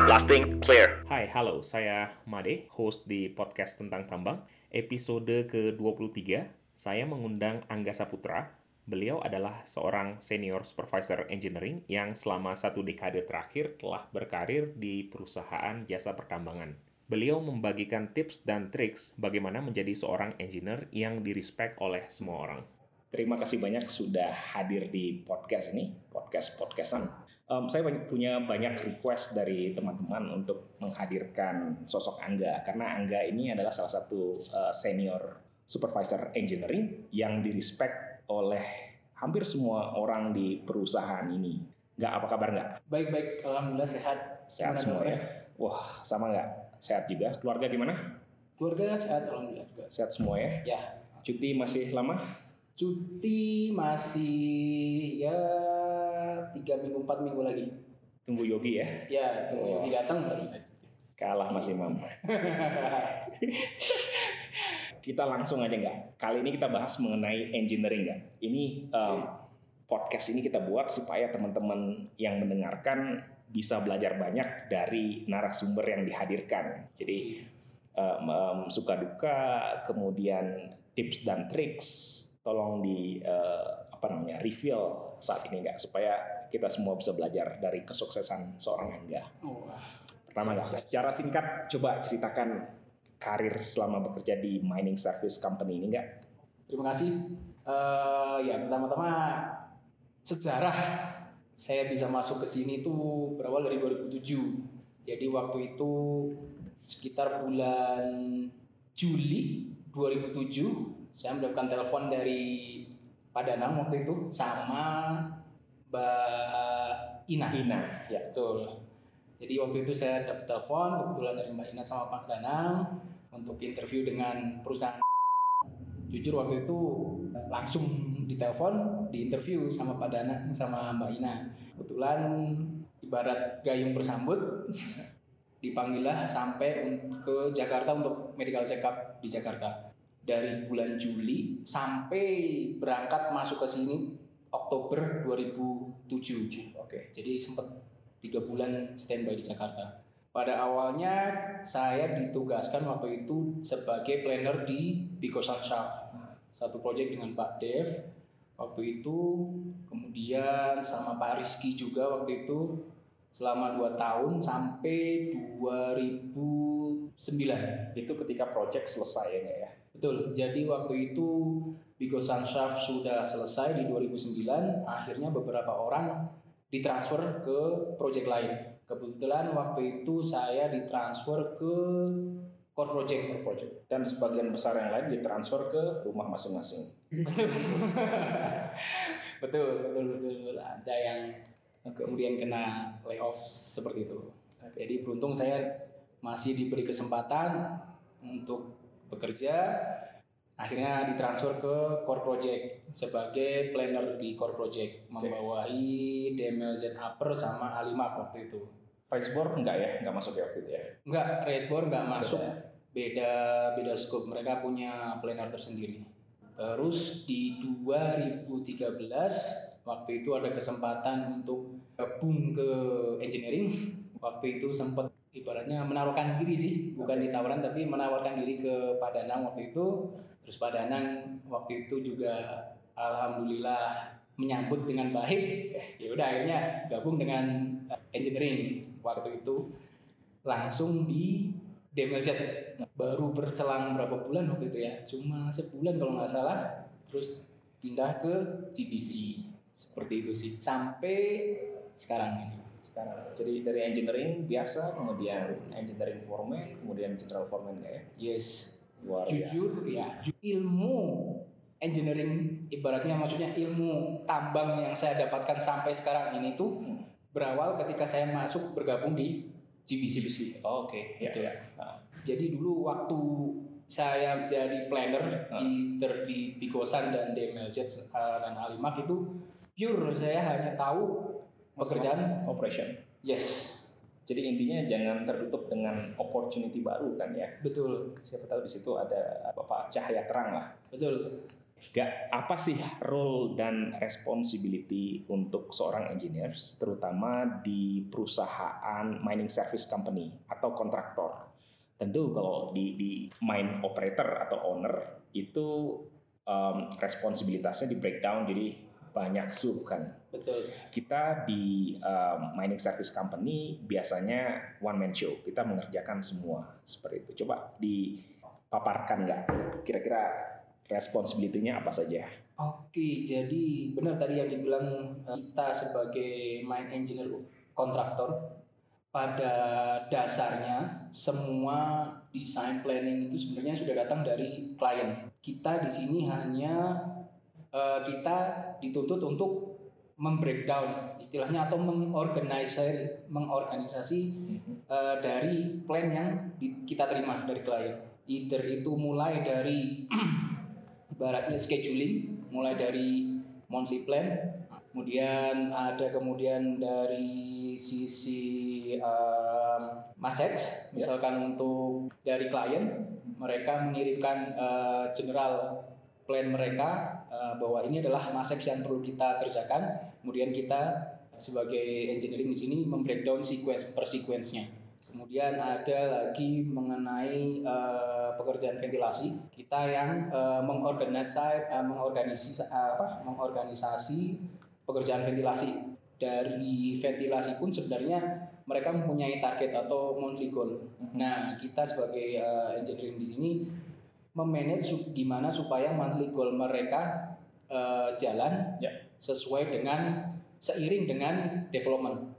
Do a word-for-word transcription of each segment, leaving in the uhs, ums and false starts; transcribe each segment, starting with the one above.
Blasting clear. Hai, halo, saya Made, host di podcast tentang tambang. Episode ke dua puluh tiga, saya mengundang Angga Saputra. Beliau adalah seorang senior supervisor engineering yang selama satu dekade terakhir telah berkarir di perusahaan jasa pertambangan. Beliau membagikan tips dan triks bagaimana menjadi seorang engineer yang di-respect oleh semua orang. Terima kasih banyak sudah hadir di podcast ini, podcast-podcastan. Um, saya banyak, punya banyak request dari teman-teman untuk menghadirkan sosok Angga karena Angga ini adalah salah satu uh, senior supervisor engineering yang di-respect oleh hampir semua orang di perusahaan ini. Nggak, apa kabar nggak? Baik-baik, alhamdulillah sehat. Sehat semua ya? Wah, sama nggak? Sehat juga. Keluarga gimana? Keluarga sehat, alhamdulillah juga. Sehat semua ya? Ya. Cuti masih lama? Cuti masih ya tiga minggu empat minggu lagi. Tunggu Yogi ya? Ya, tunggu oh. Yogi datang baru saya. Kalah masih mam. Kita langsung aja nggak? Kali ini kita bahas mengenai engineering nggak? Ini um, podcast ini kita buat supaya teman-teman yang mendengarkan bisa belajar banyak dari narasumber yang dihadirkan. Jadi um, um, suka duka, kemudian tips dan triks. Tolong di uh, apa namanya reveal saat ini nggak supaya kita semua bisa belajar dari kesuksesan seorang Angga. Oh, pertama nggak, secara singkat coba ceritakan karir selama bekerja di mining service company ini nggak? Terima kasih. Uh, ya pertama-tama sejarah saya bisa masuk ke sini tuh berawal dari dua ribu tujuh. Jadi waktu itu sekitar bulan Juli dua ribu tujuh. Saya mendapatkan telepon dari Pak Danang waktu itu sama Mbak Ina. Ina, ya betul. Jadi waktu itu saya dapat telepon kebetulan dari Mbak Ina sama Pak Danang untuk interview dengan perusahaan. Jujur waktu itu langsung ditelepon, diinterview sama Pak Danang sama Mbak Ina. Kebetulan ibarat gayung bersambut, dipanggillah sampai ke Jakarta untuk medical check up di Jakarta. Dari bulan Juli sampai berangkat masuk ke sini Oktober dua ribu tujuh. Oke. Jadi sempat tiga bulan standby di Jakarta. Pada awalnya saya ditugaskan waktu itu sebagai planner di Bikosan Shaft, satu proyek dengan Pak Dev waktu itu, kemudian sama Pak Rizky juga waktu itu selama dua tahun sampai dua ribu sembilan. Itu ketika proyek selesai ya ya? Betul, jadi waktu itu Bikosan Shaft sudah selesai di dua ribu sembilan, akhirnya beberapa orang ditransfer ke proyek lain. Kebetulan waktu itu saya ditransfer ke core project, project dan sebagian besar yang lain ditransfer ke rumah masing-masing. betul, betul, betul, betul. Ada yang okay. kemudian kena layoff seperti itu. Okay. Jadi beruntung saya masih diberi kesempatan untuk bekerja, akhirnya ditransfer ke core project sebagai planner di core project, okay. membawahi D M L Z Upper sama Alimak waktu itu. Racebore enggak ya? Enggak masuk ya waktu itu ya? Enggak, Racebore enggak masuk. Beda beda scope, mereka punya planner tersendiri. Terus di dua ribu tiga belas waktu itu ada kesempatan untuk gabung ke engineering. Waktu itu sempat ibaratnya menawarkan diri sih, bukan ditawaran tapi menawarkan diri ke Pak Danang waktu itu. Terus Pak Danang waktu itu juga alhamdulillah menyambut dengan baik. Ya udah akhirnya gabung dengan engineering waktu itu langsung di D M L Z. Baru berselang berapa bulan waktu itu ya? Cuma sebulan kalau nggak salah. Terus pindah ke G B C. Seperti itu sih sampai sekarang ini. Sekarang. Jadi dari engineering biasa, kemudian engineering foreman, kemudian general foreman ya? Yes. Luar Jujur biasa. Ya, ilmu engineering ibaratnya maksudnya ilmu tambang yang saya dapatkan sampai sekarang ini tuh hmm. berawal ketika saya masuk bergabung di G B C. G B C. Oh, oke. Okay. Gitu ya. Nah. Jadi dulu waktu saya jadi planner hmm. di di Bikosan dan D M L Z uh, dan Alimak itu pure saya hanya tahu pekerjaan operation. Yes. Jadi intinya jangan tertutup dengan opportunity baru kan ya. Betul. Siapa tahu di situ ada apa cahaya terang lah. Betul. Gak, apa sih role dan responsibility untuk seorang engineer, terutama di perusahaan mining service company atau kontraktor? Tentu kalau di, di mine operator atau owner itu um, responsibilitasnya di breakdown jadi banyak sub kan. Betul. Kita di um, mining service company biasanya one man show, kita mengerjakan semua seperti itu. Coba dipaparkan nggak kira-kira responsibility-nya apa saja? Oke, jadi benar tadi yang dibilang kita sebagai mine engineer kontraktor, pada dasarnya semua design planning itu sebenarnya sudah datang dari klien. Kita di sini hanya uh, kita dituntut untuk membreakdown istilahnya atau mengorganisir mengorganisasi uh, dari plan yang di, kita terima dari klien. Either itu mulai dari ibaratnya scheduling, mulai dari monthly plan, kemudian ada kemudian dari sisi um, massage, misalkan yeah. Untuk dari klien, mereka mengirimkan uh, general plan mereka uh, bahwa ini adalah massage yang perlu kita kerjakan, kemudian kita sebagai engineering di sini membreakdown sequence per sequence-nya. Kemudian ada lagi mengenai uh, pekerjaan ventilasi, kita yang uh, mengorganisasi, uh, mengorganisasi, uh, apa, mengorganisasi pekerjaan ventilasi. Dari ventilasi pun sebenarnya mereka mempunyai target atau monthly goal. Nah, kita sebagai uh, engineering di sini memanage gimana supaya monthly goal mereka uh, jalan yeah. sesuai dengan seiring dengan development.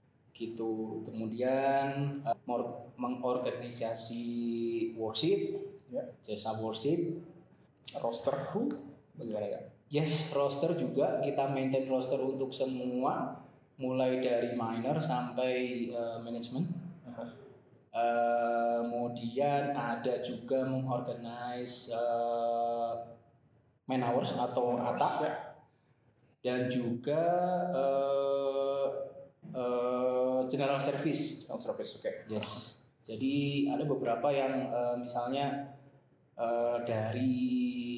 Gitu. Kemudian uh, mengorganisasi worship, ya. Jasa worship, roster crew, bagaimana ya? Yes, roster juga kita maintain roster untuk semua, mulai dari miner sampai uh, manajemen. Uh-huh. Uh, kemudian ada juga mengorganize uh, man hours atau A T A, ya. Dan juga uh, uh, general service. General service, oke. Okay. Yes. Jadi ada beberapa yang uh, misalnya uh, dari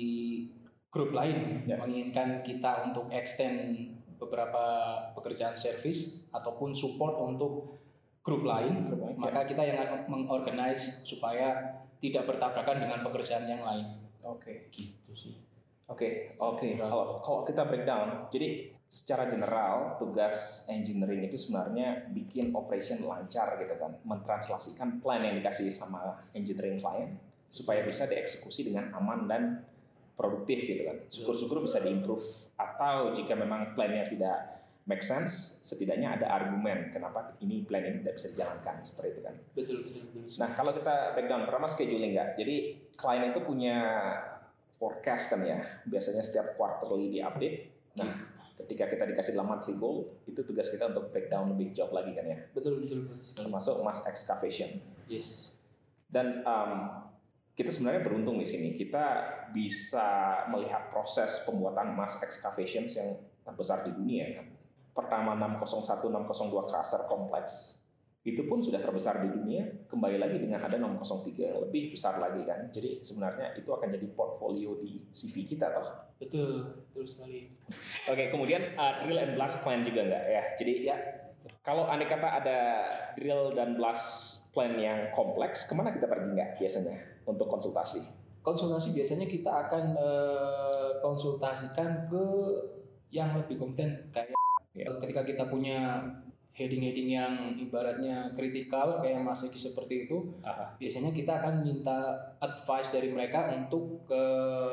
grup lain yeah. menginginkan kita untuk extend beberapa pekerjaan service ataupun support untuk grup lain, grup lain maka yeah. kita yang akan mengorganize supaya tidak bertabrakan dengan pekerjaan yang lain. Oke. Okay. Gitu sih. Oke, okay. oke. Okay. Kalau kalau kita breakdown, jadi secara general tugas engineering itu sebenarnya bikin operation lancar gitu kan, mentranslasikan plan yang dikasih sama engineering client supaya bisa dieksekusi dengan aman dan produktif gitu kan. Syukur-syukur bisa diimprove, atau jika memang plannya tidak make sense, setidaknya ada argumen kenapa ini plan ini tidak bisa dijalankan, seperti itu kan. Betul, betul, betul. Nah, kalau kita breakdown pertama scheduling nggak, jadi klien itu punya forecast kan ya, biasanya setiap quarterly di-update. Nah, hmm. ketika kita dikasih dalam monthly goal, itu tugas kita untuk breakdown lebih jauh lagi kan ya. Betul, betul, betul. Termasuk mass excavation. Yes. Dan um, kita sebenarnya beruntung di sini, kita bisa melihat proses pembuatan mass excavations yang terbesar di dunia kan. Pertama enam nol satu enam nol dua cluster kompleks itu pun sudah terbesar di dunia, kembali lagi dengan ada enam nol tiga yang lebih besar lagi kan. Jadi sebenarnya itu akan jadi portfolio di C V kita toh. Betul, betul sekali. Oke, kemudian uh, drill and blast plan juga enggak ya? Jadi ya, kalau andai kata ada drill dan blast plan yang kompleks, kemana kita pergi nggak biasanya untuk konsultasi? Konsultasi biasanya kita akan uh, konsultasikan ke yang lebih kompeten, kayak ya. Ketika kita punya heading-heading yang ibaratnya kritikal kayak masih seperti itu, aha. biasanya kita akan minta advice dari mereka untuk ke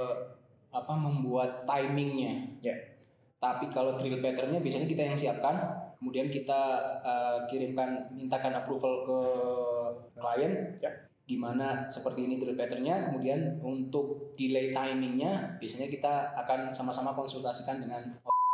apa membuat timingnya. Ya. Tapi kalau drill patternnya biasanya kita yang siapkan, kemudian kita uh, kirimkan, mintakan approval ke klien. Ya. Gimana seperti ini drill patternnya, kemudian untuk delay timingnya biasanya kita akan sama-sama konsultasikan dengan.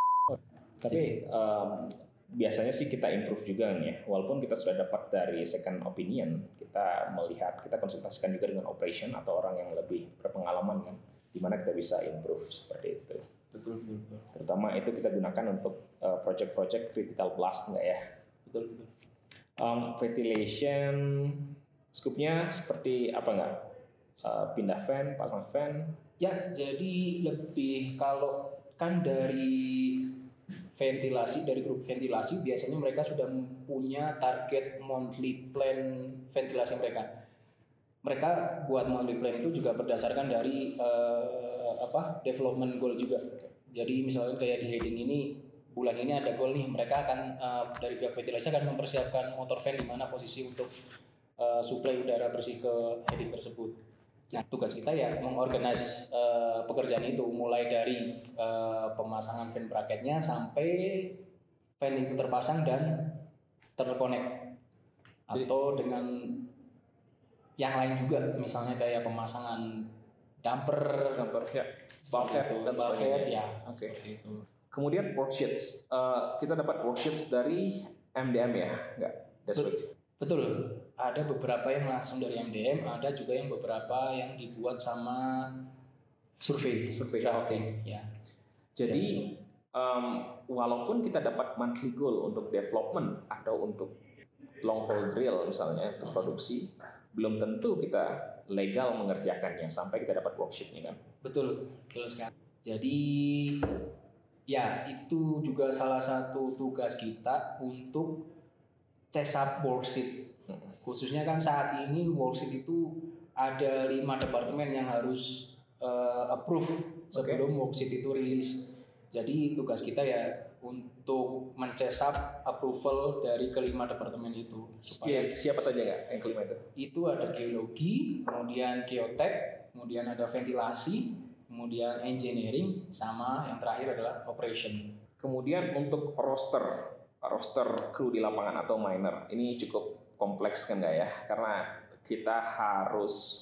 Tapi um, biasanya sih kita improve juga nih ya, walaupun kita sudah dapat dari second opinion, kita melihat, kita konsultasikan juga dengan operation atau orang yang lebih berpengalaman kan, dimana kita bisa improve seperti itu. Betul, betul, betul. Terutama itu kita gunakan untuk uh, project-project critical blast nggak ya? Betul, betul. Um, ventilation, scope-nya seperti apa nggak? Uh, pindah fan, pasang fan? Ya, jadi lebih kalau kan dari ventilasi, dari grup ventilasi biasanya mereka sudah punya target monthly plan ventilasi mereka. Mereka buat monthly plan itu juga berdasarkan dari uh, apa development goal juga. Jadi misalnya kayak di heading ini bulan ini ada goal nih, mereka akan uh, dari pihak ventilasi akan mempersiapkan motor fan di mana posisi untuk uh, suplai udara bersih ke heading tersebut. Nah, tugas kita ya mengorganize uh, pekerjaan itu mulai dari uh, pemasangan fan bracketnya sampai fan itu terpasang dan terkonek, atau dengan yang lain juga, misalnya kayak pemasangan damper, damper ya, bulkhead dan bulkhead ya. Oke. Okay. Itu. Kemudian worksheets, uh, kita dapat worksheets dari M D M ya, enggak? That's right. Betul, ada beberapa yang langsung dari M D M, ada juga yang beberapa yang dibuat sama survei, survei drafting. Ya. Jadi um, walaupun kita dapat monthly goal untuk development atau untuk long haul drill misalnya untuk produksi, belum tentu kita legal mengerjakannya sampai kita dapat worksheet-nya kan. Betul, betul sekali. Jadi ya itu juga salah satu tugas kita untuk C-Sub worksheet. Khususnya kan saat ini worksheet itu ada lima departemen yang harus uh, approve sebelum okay. worksheet itu rilis. Jadi tugas kita ya untuk men-C-Sub approval dari kelima departemen itu. Supaya siapa saja nggak yang kelima itu? Itu ada geologi, kemudian geotek, kemudian ada ventilasi, kemudian engineering, sama yang terakhir adalah operation. Kemudian untuk roster roster kru di lapangan atau miner ini cukup kompleks kan nggak ya, karena kita harus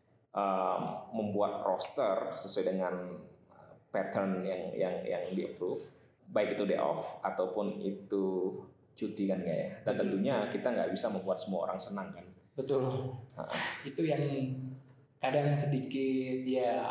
um, membuat roster sesuai dengan pattern yang yang yang di approve, baik itu day off ataupun itu cuti kan nggak ya, dan betul, tentunya kita nggak bisa membuat semua orang senang kan. Betul. Nah. Itu yang kadang sedikit ya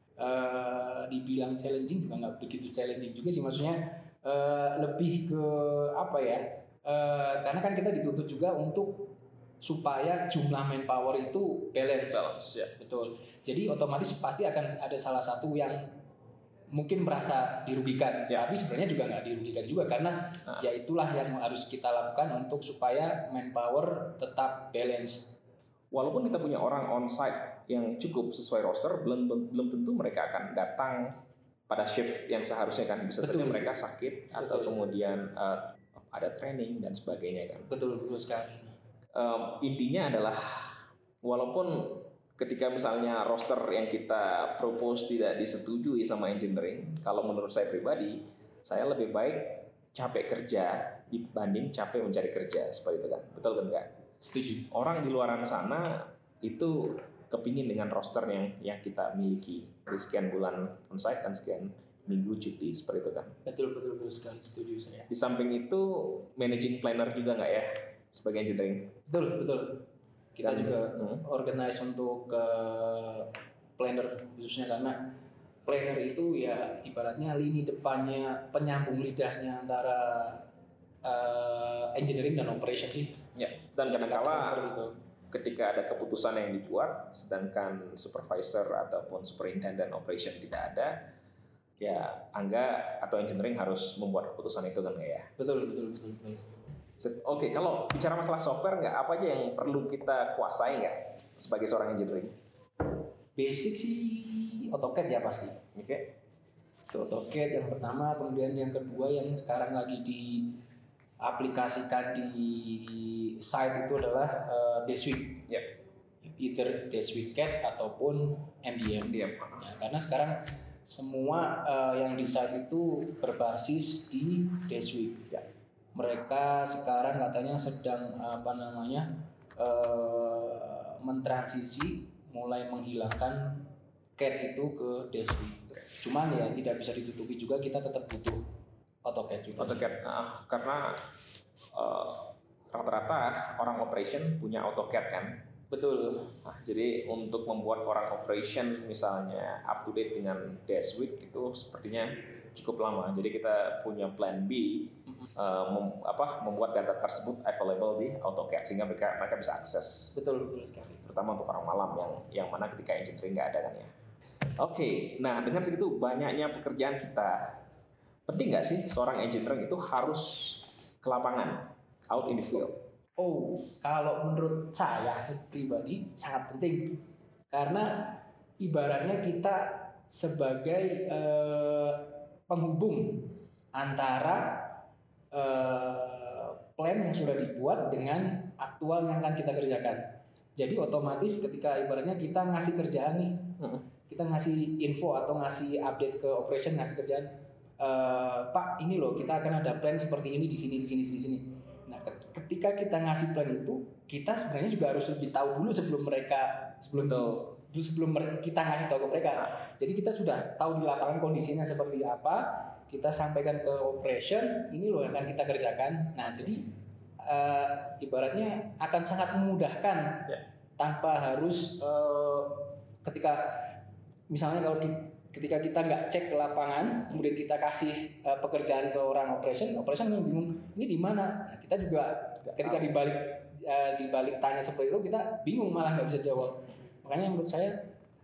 uh, dibilang challenging juga nggak begitu challenging juga sih, maksudnya Uh, lebih ke apa ya? Uh, karena kan kita dituntut juga untuk supaya jumlah manpower itu balance. Balance ya. Betul. Jadi otomatis pasti akan ada salah satu yang mungkin merasa dirugikan, ya. Tapi sebenarnya juga nggak dirugikan juga karena nah. ya itulah yang harus kita lakukan untuk supaya manpower tetap balance. Walaupun kita punya orang on site yang cukup sesuai roster, belum belum tentu mereka akan datang pada shift yang seharusnya kan, bisa saja mereka sakit betul. Atau kemudian uh, ada training dan sebagainya kan. Betul betul sekali. Um, intinya adalah walaupun ketika misalnya roster yang kita propose tidak disetujui sama engineering, kalau menurut saya pribadi, saya lebih baik capek kerja dibanding capek mencari kerja, seperti itu kan, betul kan enggak? Setuju. Orang di luaran sana itu kepingin dengan roster yang yang kita miliki di sekian bulan onsite dan sekian minggu cuti, seperti itu kan. Betul betul betul sekali, setuju saya. Di samping itu managing planner juga nggak ya sebagai engineering? Betul betul. Kita dan, juga hmm. organize untuk uh, planner khususnya, karena planner itu ya ibaratnya lini depannya, penyambung lidahnya antara uh, engineering dan operation sih. Ya. Dan kadang-kala ketika ada keputusan yang dibuat, sedangkan supervisor ataupun superintendent operation tidak ada, ya Angga atau engineering harus membuat keputusan itu kan ya? Betul, betul, betul. betul. Oke, okay, kalau bicara masalah software, nggak apa aja yang perlu kita kuasai nggak sebagai seorang engineering? Basic sih AutoCAD ya pasti. Oke. Okay. AutoCAD yang pertama, kemudian yang kedua yang sekarang lagi diaplikasikan di site itu adalah uh, Deswik, ya. Either Deswik C A D ataupun M D M. Ya, karena sekarang semua uh, yang di site itu berbasis di Deswik. Ya. Mereka sekarang katanya sedang apa namanya uh, mentransisi, mulai menghilangkan C A D itu ke Deswik. Cuman ya tidak bisa ditutupi juga, kita tetap butuh AutoCAD juga. AutoCAD, nah, karena uh, rata-rata orang operation punya AutoCAD kan. Betul. Nah, jadi untuk membuat orang operation misalnya up to date dengan Deswik itu sepertinya cukup lama. Jadi kita punya plan B, uh, mem, apa, membuat data tersebut available di AutoCAD sehingga mereka mereka bisa akses. Betul betul sekali. Terutama untuk orang malam yang yang mana ketika engineering nggak ada kan ya. Oke, nah dengan segitu banyaknya pekerjaan kita, penting nggak sih seorang engineer itu harus ke lapangan, out in the field? Oh, kalau menurut saya pribadi sangat penting karena ibaratnya kita sebagai eh, penghubung antara eh, plan yang sudah dibuat dengan aktual yang akan kita kerjakan. Jadi otomatis ketika ibaratnya kita ngasih kerjaan nih, Hmm. kita ngasih info atau ngasih update ke operation, ngasih kerjaan, eh, Pak ini loh kita akan ada plan seperti ini di sini di sini di sini. Nah, ketika kita ngasih plan itu, kita sebenarnya juga harus lebih tahu dulu sebelum mereka sebelum Betul. sebelum kita ngasih tahu ke mereka. Jadi kita sudah tahu di lapangan kondisinya seperti apa, kita sampaikan ke operation, ini loh yang akan kita kerjakan. Nah, jadi uh, ibaratnya akan sangat memudahkan Ya. tanpa harus uh, ketika misalnya kalau kita, ketika kita nggak cek ke lapangan, kemudian kita kasih uh, pekerjaan ke orang operation, operation bingung ini di mana. Nah, kita juga gak ketika tahu. dibalik uh, dibalik tanya seperti itu kita bingung malah nggak bisa jawab. Makanya menurut saya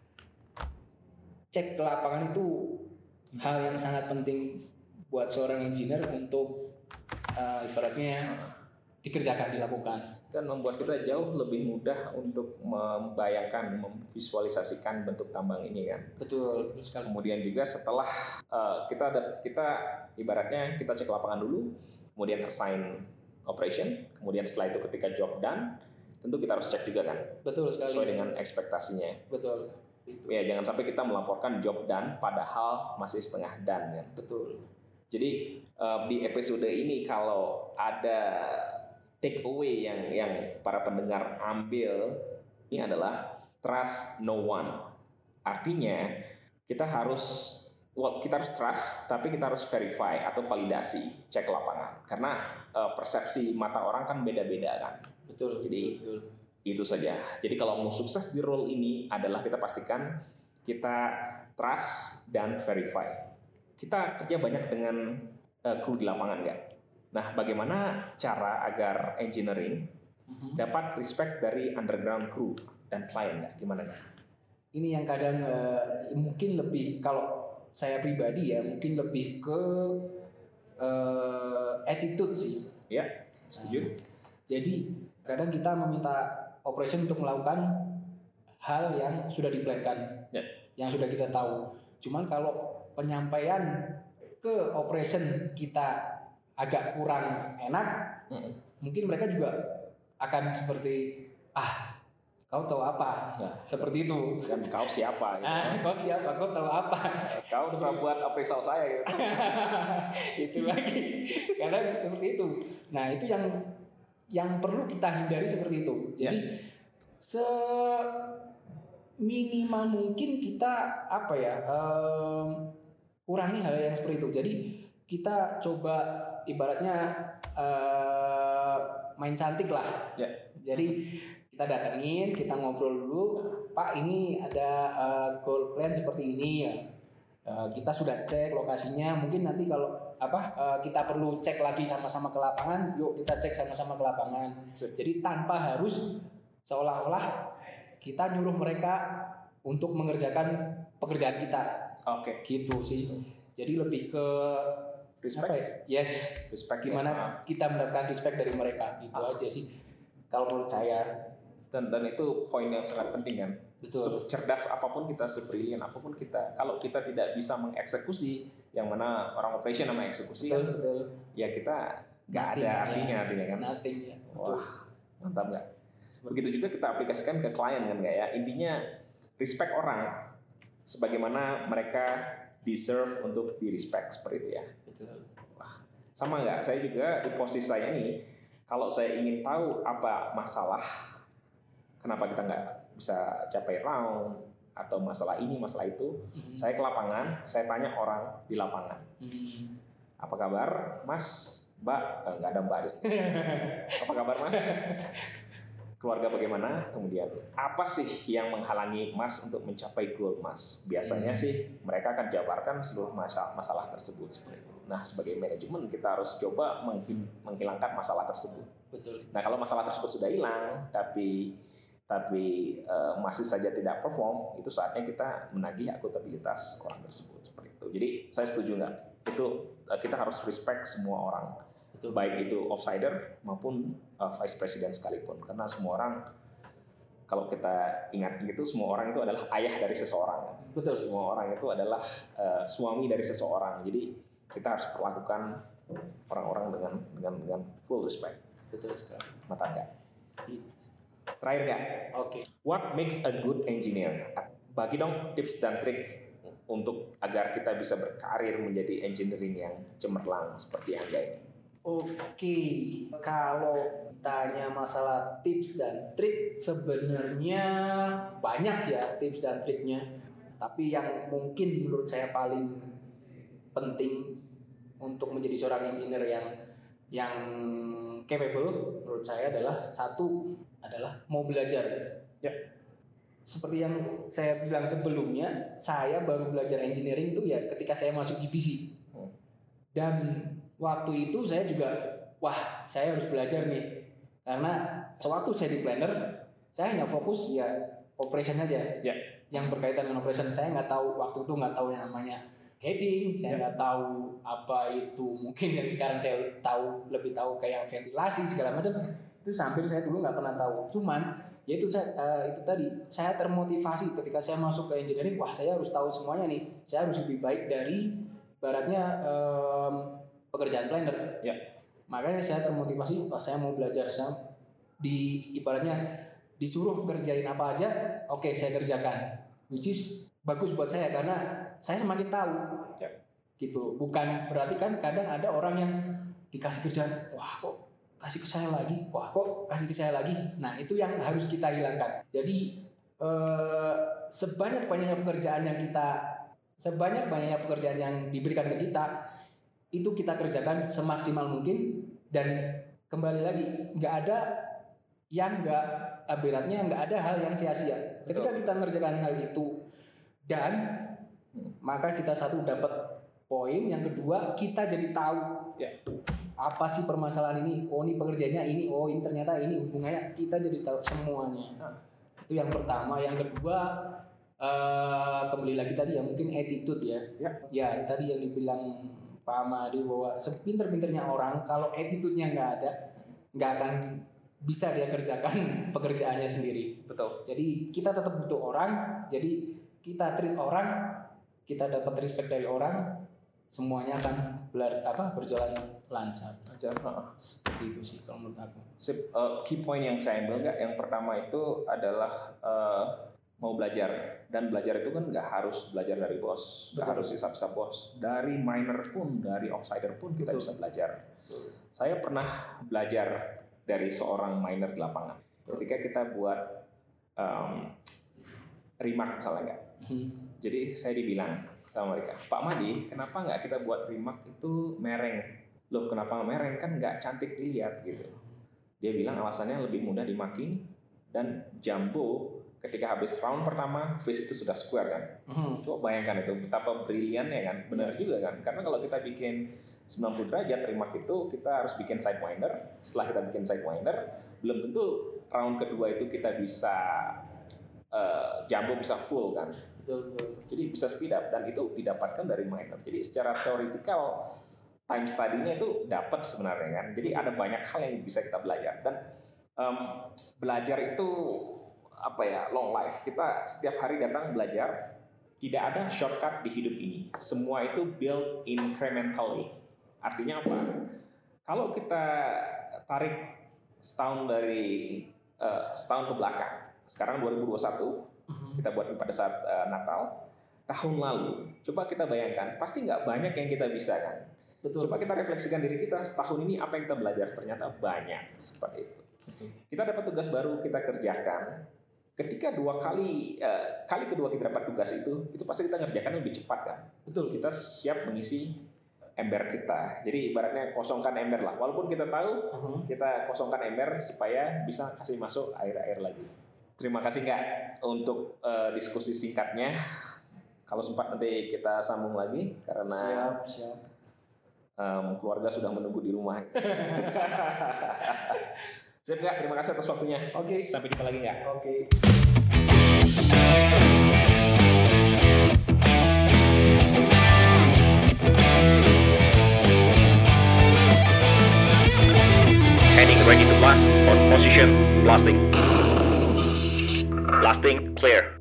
cek ke lapangan itu hal yang sangat penting buat seorang engineer untuk uh, ibaratnya dikerjakan, dilakukan. Dan membuat kita jauh lebih mudah untuk membayangkan, memvisualisasikan bentuk tambang ini kan. Betul, betul sekali. Kemudian juga setelah uh, kita ada, kita ibaratnya kita cek lapangan dulu, kemudian assign operation, kemudian setelah itu ketika job done, tentu kita harus cek juga kan. Betul sekali. Sesuai dengan ekspektasinya. Betul. Itu. Ya jangan sampai kita melaporkan job done padahal masih setengah done kan. Betul. Jadi uh, di episode ini kalau ada take away yang yang para pendengar ambil ini adalah trust no one. Artinya kita harus well, kita harus trust tapi kita harus verify atau validasi, cek lapangan. Karena uh, persepsi mata orang kan beda-beda kan. Betul. Jadi betul. Itu saja. Jadi kalau mau sukses di role ini adalah kita pastikan kita trust dan verify. Kita kerja banyak dengan uh, kru di lapangan nggak? Nah, bagaimana cara agar engineering uh-huh. dapat respect dari underground crew dan klien nggak? Gimana nggak? Ini yang kadang uh, mungkin lebih kalau saya pribadi ya mungkin lebih ke uh, attitude sih. Ya, setuju. Nah, jadi kadang kita meminta operation untuk melakukan hal yang sudah diplankan, ya. yang sudah kita tahu. Cuman kalau penyampaian ke operation kita agak kurang enak, mm-hmm. mungkin mereka juga akan seperti ah kau tahu apa, nah, seperti itu. Dan kau siapa? Gitu. Ah, kau siapa? Kau tahu apa? Kau sudah buat appraisal saya gitu. Itu lagi. Karena seperti itu. Nah itu yang yang perlu kita hindari seperti itu. Jadi yeah. seminimal mungkin kita apa ya um, kurangi hal yang seperti itu. Jadi kita coba ibaratnya uh, main cantik lah. Yeah. Jadi kita datengin, kita ngobrol dulu, Pak ini ada uh, goal plan seperti ini ya. Uh, kita sudah cek lokasinya, mungkin nanti kalau apa uh, kita perlu cek lagi sama-sama ke lapangan, yuk kita cek sama-sama ke lapangan. Jadi tanpa harus seolah-olah kita nyuruh mereka untuk mengerjakan pekerjaan kita. Oke, okay. Gitu sih. Jadi lebih ke respect. Apa ya? Yes. Respect. Gimana ya. kita mendapatkan respect dari mereka, itu ah. aja sih. Kalau menurut saya. Dan dan itu poin yang sangat penting kan. Betul. Cerdas apapun kita, sebrilian apapun kita, kalau kita tidak bisa mengeksekusi, yang mana orang operation nama eksekusi, betul, kan, betul. ya kita nggak ada artinya, ya. artinya kan. Nothing ya. Betul. Wah, mantap nggak? Begitu juga kita aplikasikan ke klien kan nggak ya? Intinya respect orang, sebagaimana mereka deserve untuk di respect seperti itu ya. Betul. Wah, sama nggak? Saya juga di posisi saya nih, kalau saya ingin tahu apa masalah, kenapa kita nggak bisa capai round atau masalah ini masalah itu, mm-hmm. saya ke lapangan, saya tanya orang di lapangan, mm-hmm. apa kabar Mas, Mbak, eh, nggak ada Mbak di sini. Apa kabar Mas? Keluarga bagaimana? Kemudian apa sih yang menghalangi Mas untuk mencapai goal Mas? Biasanya mm-hmm. sih mereka akan jabarkan seluruh masalah, masalah tersebut seperti itu. Nah sebagai manajemen kita harus coba menghilangkan masalah tersebut. Betul. Nah kalau masalah tersebut sudah hilang, tapi tapi uh, masih saja tidak perform, itu saatnya kita menagih akuntabilitas orang tersebut seperti itu. Jadi saya setuju nggak? Itu uh, kita harus respect semua orang, Betul. baik itu offsider maupun uh, vice president sekalipun, karena semua orang, kalau kita ingat itu, semua orang itu adalah ayah dari seseorang. Betul. Semua orang itu adalah uh, suami dari seseorang. Jadi kita harus perlakukan orang-orang dengan dengan dengan full respect. Betul sekali. Mata enggak? Terakhir nggak? Oke. Okay. What makes a good engineer? Bagi dong tips dan trik untuk agar kita bisa berkarir menjadi engineering yang cemerlang seperti Angga ini. Oke, okay. Kalau tanya masalah tips dan trik, sebenarnya banyak ya tips dan triknya. Tapi yang mungkin menurut saya paling penting untuk menjadi seorang engineer yang yang capable, menurut saya adalah satu adalah mau belajar. Ya. Seperti yang saya bilang sebelumnya, saya baru belajar engineering itu ya ketika saya masuk G P C. Hmm. Dan waktu itu saya juga, wah saya harus belajar nih. Karena sewaktu saya di planner, saya hanya fokus ya operation aja. Ya. Yang berkaitan dengan operation, saya nggak tahu waktu itu nggak tahu yang namanya heading, saya nggak ya. tahu apa itu, mungkin yang sekarang saya tahu lebih tahu kayak ventilasi segala macam. Itu hampir saya dulu nggak pernah tahu. Cuman ya itu saya uh, itu tadi saya termotivasi ketika saya masuk ke engineering, wah saya harus tahu semuanya nih, saya harus lebih baik dari ibaratnya um, pekerjaan planner. Ya. Makanya saya termotivasi, wah saya mau belajar. Saya di ibaratnya disuruh kerjain apa aja, oke okay, saya kerjakan, which is bagus buat saya karena saya semakin tahu. Ya. Gitu. Bukan berarti kan kadang ada orang yang dikasih kerjaan, wah kok kasih ke saya lagi, wah kok kasih ke saya lagi. Nah itu yang harus kita hilangkan. Jadi eh, sebanyak-banyaknya pekerjaan yang kita, sebanyak-banyaknya pekerjaan yang diberikan ke kita, itu kita kerjakan semaksimal mungkin. Dan kembali lagi, nggak ada yang nggak, beratnya nggak ada hal yang sia-sia. Ketika kita mengerjakan hal itu, dan maka kita satu dapat poin, yang kedua kita jadi tahu ya apa sih permasalahan ini, oh ini pekerjaannya ini, oh ini ternyata ini hubungannya, kita jadi tahu semuanya. Nah, itu yang pertama. Yang kedua uh, kembali lagi tadi ya mungkin attitude ya. Ya, ya tadi yang dibilang Pak Amadi bahwa sepinter-pinternya orang kalau attitude-nya nggak ada, nggak akan bisa dia kerjakan pekerjaannya sendiri. Betul. Jadi kita tetap butuh orang. Jadi kita treat orang, kita dapat respect dari orang, semuanya akan belar, apa berjalan lancar. Lancar. Seperti itu sih kalau menurut aku. Sip, uh, key point yang saya ambil nggak, yang pertama itu adalah uh, mau belajar, dan belajar itu kan nggak harus belajar dari bos, nggak harus hisap-hisap bos, dari minor pun, dari offsider pun kita Betul. bisa belajar. Betul. Saya pernah belajar dari seorang minor di lapangan. Betul. Ketika kita buat um, remark misalnya nggak, hmm. jadi saya dibilang sama mereka, Pak Madi, kenapa nggak kita buat remark itu mereng? Loh, kenapa mereng? Kan nggak cantik dilihat gitu. Dia bilang alasannya lebih mudah dimarking, dan jumbo ketika habis round pertama face itu sudah square kan. Hmm. Coba bayangkan itu betapa briliannya kan. Benar juga kan. Karena kalau kita bikin sembilan puluh derajat remark itu kita harus bikin sidewinder. Setelah kita bikin sidewinder, belum tentu round kedua itu kita bisa uh, jumbo bisa full kan. Betul, betul. Jadi bisa speed up, dan itu didapatkan dari minor. Jadi secara teoretikal time study-nya itu dapat sebenarnya kan. Jadi ada banyak hal yang bisa kita belajar, dan um, belajar itu apa ya, long life. Kita setiap hari datang belajar. Tidak ada shortcut di hidup ini. Semua itu build incrementally. Artinya apa? Kalau kita tarik setahun dari uh, setahun ke belakang, sekarang dua ribu dua puluh satu, uh-huh. kita buat pada saat uh, Natal tahun lalu. Coba kita bayangkan, pasti nggak banyak yang kita bisa kan. Betul. Coba kita refleksikan diri kita setahun ini, apa yang kita belajar, ternyata banyak seperti itu. Betul. Kita dapat tugas baru, kita kerjakan. Ketika dua kali uh, kali kedua kita dapat tugas itu, itu pasti kita ngerjakan lebih cepat kan. Betul. Kita siap mengisi ember kita. Jadi ibaratnya kosongkan ember lah. Walaupun kita tahu uh-huh. kita kosongkan ember supaya bisa kasih masuk air-air lagi. Terima kasih Kak untuk uh, diskusi singkatnya. Kalau sempat nanti kita sambung lagi karena siap, siap. Um, keluarga sudah menunggu di rumah. Siap nggak? Terima kasih atas waktunya. Oke. Sampai jumpa lagi nggak? Oke. Heading ready to blast. On position. Blasting. Blasting clear.